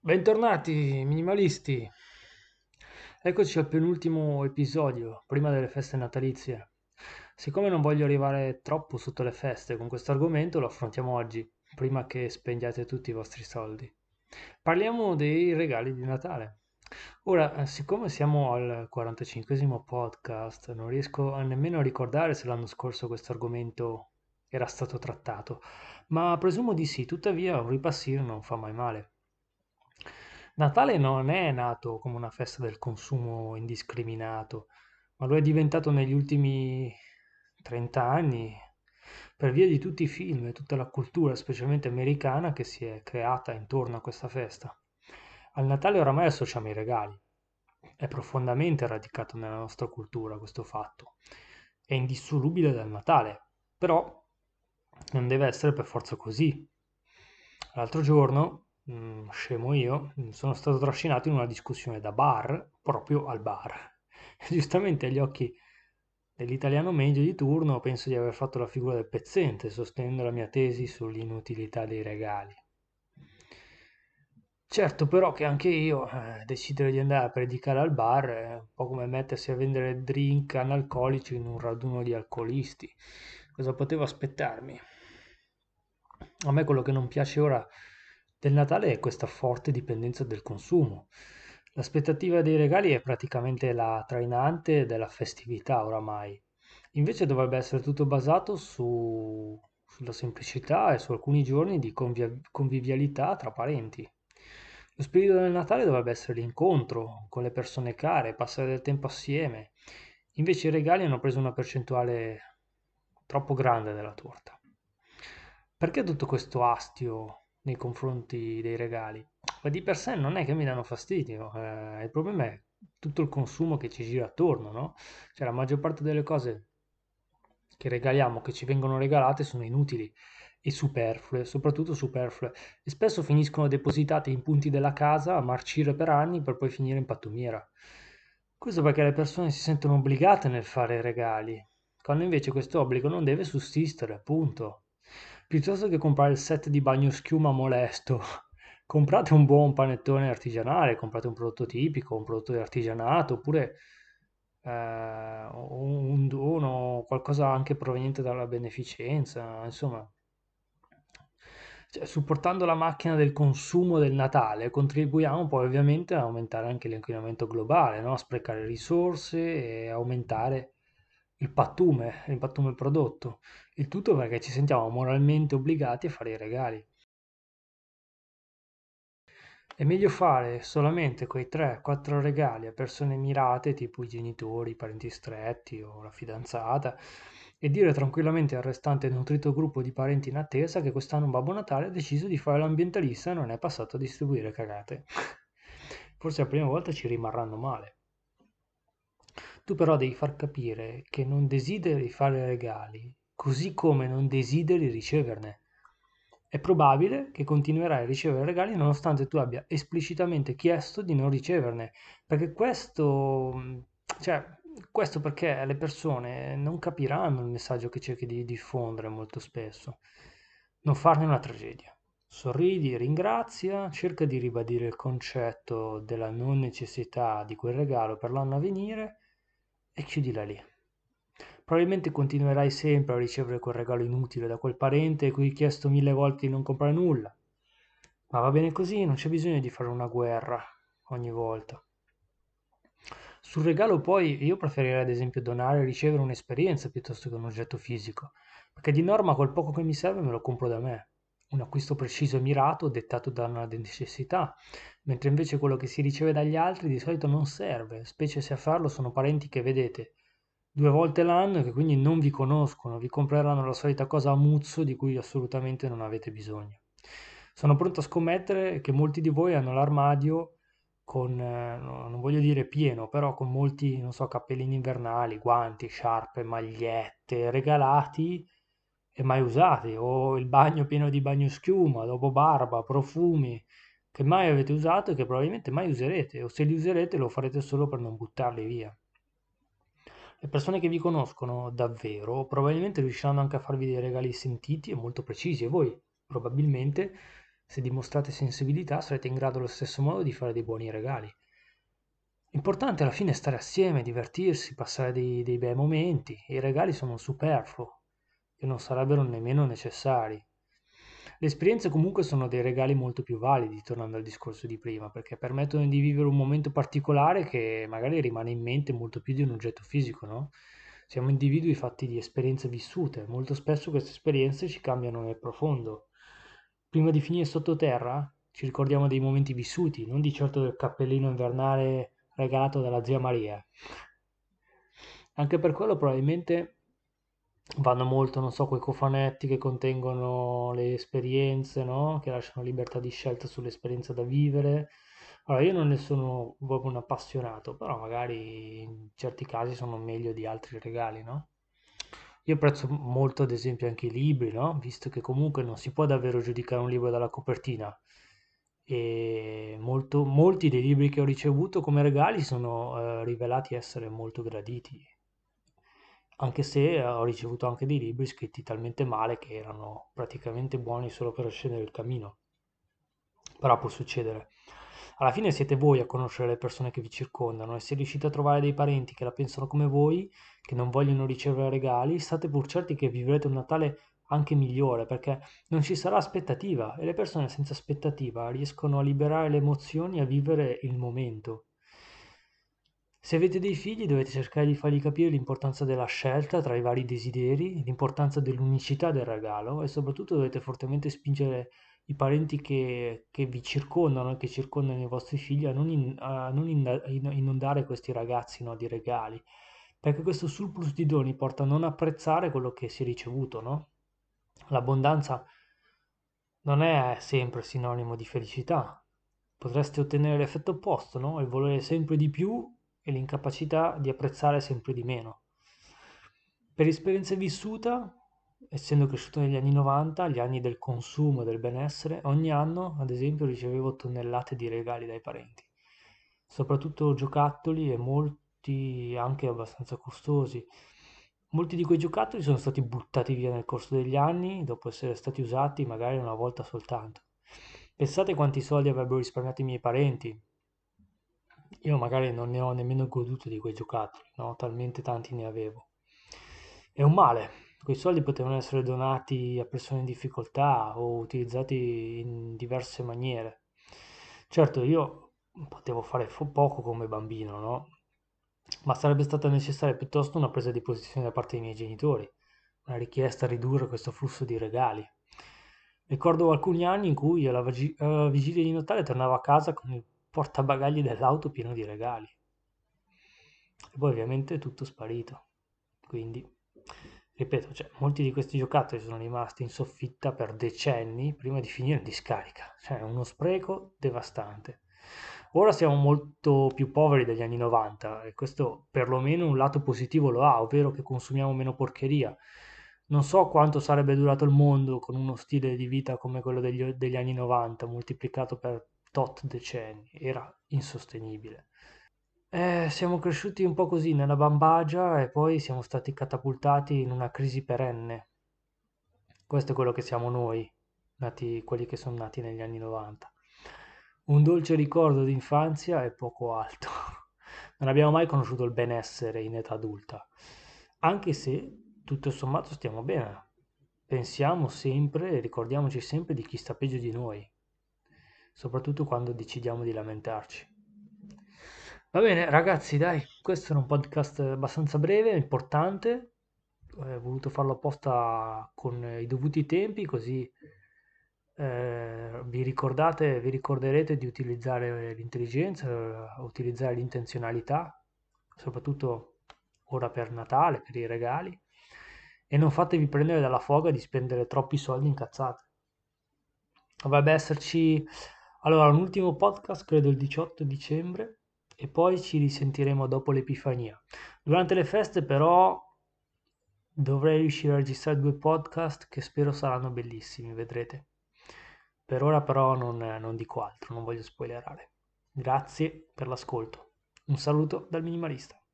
Bentornati minimalisti, eccoci al penultimo episodio, prima delle feste natalizie. Siccome non voglio arrivare troppo sotto le feste con questo argomento, lo affrontiamo oggi, prima che spendiate tutti i vostri soldi. Parliamo dei regali di Natale. Ora, siccome siamo al 45esimo podcast, non riesco nemmeno a ricordare se l'anno scorso questo argomento era stato trattato, ma presumo di sì, tuttavia un ripassino non fa mai male. Natale non è nato come una festa del consumo indiscriminato, ma lo è diventato negli ultimi 30 anni per via di tutti i film e tutta la cultura, specialmente americana, che si è creata intorno a questa festa. Al Natale oramai associamo i regali. È profondamente radicato nella nostra cultura questo fatto. È indissolubile dal Natale, però non deve essere per forza così. L'altro giorno, scemo io, sono stato trascinato in una discussione da bar, proprio al bar. Giustamente agli occhi dell'italiano medio di turno penso di aver fatto la figura del pezzente, sostenendo la mia tesi sull'inutilità dei regali. Certo, però che anche io decidere di andare a predicare al bar è un po' come mettersi a vendere drink analcolici in un raduno di alcolisti. Cosa potevo aspettarmi? A me quello che non piace ora del Natale è questa forte dipendenza del consumo. L'aspettativa dei regali è praticamente la trainante della festività oramai. Invece dovrebbe essere tutto basato sulla semplicità e su alcuni giorni di convivialità tra parenti. Lo spirito del Natale dovrebbe essere l'incontro con le persone care, passare del tempo assieme. Invece i regali hanno preso una percentuale troppo grande della torta. Perché tutto questo astio nei confronti dei regali? Ma di per sé non è che mi danno fastidio, il problema è tutto il consumo che ci gira attorno, no? Cioè la maggior parte delle cose che regaliamo, che ci vengono regalate, sono inutili e superflue, soprattutto superflue, e spesso finiscono depositate in punti della casa a marcire per anni per poi finire in pattumiera. Questo perché le persone si sentono obbligate nel fare regali, quando invece questo obbligo non deve sussistere, appunto. Piuttosto che comprare il set di bagnoschiuma molesto, comprate un buon panettone artigianale, comprate un prodotto tipico, un prodotto di artigianato, oppure un dono, qualcosa anche proveniente dalla beneficenza, insomma. Cioè, supportando la macchina del consumo del Natale, contribuiamo poi ovviamente a aumentare anche l'inquinamento globale, no? A sprecare risorse e aumentare il pattume prodotto. Il tutto perché ci sentiamo moralmente obbligati a fare i regali. È meglio fare solamente quei 3-4 regali a persone mirate, tipo i genitori, i parenti stretti o la fidanzata, e dire tranquillamente al restante nutrito gruppo di parenti in attesa che quest'anno Babbo Natale ha deciso di fare l'ambientalista e non è passato a distribuire cagate. Forse la prima volta ci rimarranno male. Tu però devi far capire che non desideri fare regali, così come non desideri riceverne. È probabile che continuerai a ricevere regali nonostante tu abbia esplicitamente chiesto di non riceverne, perché cioè, questo perché le persone non capiranno il messaggio che cerchi di diffondere molto spesso. Non farne una tragedia. Sorridi, ringrazia, cerca di ribadire il concetto della non necessità di quel regalo per l'anno a venire e chiudila lì. Probabilmente continuerai sempre a ricevere quel regalo inutile da quel parente a cui hai chiesto 1000 volte di non comprare nulla. Ma va bene così, non c'è bisogno di fare una guerra ogni volta. Sul regalo poi io preferirei ad esempio donare e ricevere un'esperienza piuttosto che un oggetto fisico, perché di norma quel poco che mi serve me lo compro da me. Un acquisto preciso e mirato dettato da una necessità, mentre invece quello che si riceve dagli altri di solito non serve, specie se a farlo sono parenti che vedete 2 volte l'anno e che quindi non vi conoscono, vi compreranno la solita cosa a muzzo di cui assolutamente non avete bisogno. Sono pronto a scommettere che molti di voi hanno l'armadio con, non voglio dire pieno, però con molti, non so, cappellini invernali, guanti, sciarpe, magliette regalati e mai usati, o il bagno pieno di bagnoschiuma, dopo barba, profumi che mai avete usato e che probabilmente mai userete, o se li userete lo farete solo per non buttarli via. Le persone che vi conoscono davvero probabilmente riusciranno anche a farvi dei regali sentiti e molto precisi e voi probabilmente Se dimostrate sensibilità sarete in grado allo stesso modo di fare dei buoni regali. L'importante alla fine è stare assieme, divertirsi, passare dei bei momenti e i regali sono un superfluo, che non sarebbero nemmeno necessari. Le esperienze comunque sono dei regali molto più validi, tornando al discorso di prima, perché permettono di vivere un momento particolare che magari rimane in mente molto più di un oggetto fisico, no? Siamo individui fatti di esperienze vissute, molto spesso queste esperienze ci cambiano nel profondo. Prima di finire sottoterra, ci ricordiamo dei momenti vissuti, non di certo del cappellino invernale regalato dalla zia Maria. Anche per quello probabilmente vanno molto, non so, quei cofanetti che contengono le esperienze, no? Che lasciano libertà di scelta sull'esperienza da vivere. Allora, io non ne sono proprio un appassionato, però magari in certi casi sono meglio di altri regali, no? Io apprezzo molto, ad esempio, anche i libri, no? Visto che comunque non si può davvero giudicare un libro dalla copertina. E molti dei libri che ho ricevuto come regali sono rivelati essere molto graditi, anche se ho ricevuto anche dei libri scritti talmente male che erano praticamente buoni solo per scendere il camino. Però può succedere. Alla fine siete voi a conoscere le persone che vi circondano e se riuscite a trovare dei parenti che la pensano come voi, che non vogliono ricevere regali, state pur certi che vivrete un Natale anche migliore perché non ci sarà aspettativa e le persone senza aspettativa riescono a liberare le emozioni e a vivere il momento. Se avete dei figli dovete cercare di fargli capire l'importanza della scelta tra i vari desideri, l'importanza dell'unicità del regalo e soprattutto dovete fortemente spingere i parenti che vi circondano e che circondano i vostri figli a non inondare questi ragazzi, no, di regali, perché questo surplus di doni porta a non apprezzare quello che si è ricevuto, no? L'abbondanza non è sempre sinonimo di felicità. Potreste ottenere l'effetto opposto, no? Il volere sempre di più e l'incapacità di apprezzare sempre di meno. Per esperienza vissuta, essendo cresciuto negli anni 90, gli anni del consumo e del benessere, ogni anno, ad esempio, ricevevo tonnellate di regali dai parenti, soprattutto giocattoli e molti anche abbastanza costosi. Molti di quei giocattoli sono stati buttati via nel corso degli anni, dopo essere stati usati magari una volta soltanto. Pensate quanti soldi avrebbero risparmiato i miei parenti. Io magari non ne ho nemmeno goduto di quei giocattoli, no? Talmente tanti ne avevo. È un male. Quei soldi potevano essere donati a persone in difficoltà o utilizzati in diverse maniere. Certo, io potevo fare poco come bambino, no? Ma sarebbe stata necessaria piuttosto una presa di posizione da parte dei miei genitori, una richiesta a ridurre questo flusso di regali. Ricordo alcuni anni in cui alla vigilia di Natale tornavo a casa con il portabagagli dell'auto pieno di regali. E poi ovviamente è tutto sparito. Quindi, ripeto, cioè, molti di questi giocattoli sono rimasti in soffitta per decenni prima di finire in discarica. Cioè, è uno spreco devastante. Ora siamo molto più poveri degli anni 90 e questo perlomeno un lato positivo lo ha, ovvero che consumiamo meno porcheria. Non so quanto sarebbe durato il mondo con uno stile di vita come quello degli anni 90, moltiplicato per tot decenni. Era insostenibile. Siamo cresciuti un po' così nella bambagia e poi siamo stati catapultati in una crisi perenne. Questo è quello che siamo noi, quelli che sono nati negli anni 90. Un dolce ricordo di infanzia e poco altro. Non abbiamo mai conosciuto il benessere in età adulta, anche se tutto sommato stiamo bene. Pensiamo sempre e ricordiamoci sempre di chi sta peggio di noi, soprattutto quando decidiamo di lamentarci. Va bene, ragazzi, dai, questo era un podcast abbastanza breve, importante. Ho voluto farlo apposta con i dovuti tempi, così vi ricorderete di utilizzare l'intelligenza, utilizzare l'intenzionalità, soprattutto ora per Natale, per i regali, e non fatevi prendere dalla foga di spendere troppi soldi in cazzate. Dovrebbe esserci allora un ultimo podcast, credo il 18 dicembre, e poi ci risentiremo dopo l'Epifania. Durante le feste però dovrei riuscire a registrare due podcast che spero saranno bellissimi, vedrete. Per ora però non dico altro, non voglio spoilerare. Grazie per l'ascolto. Un saluto dal minimalista.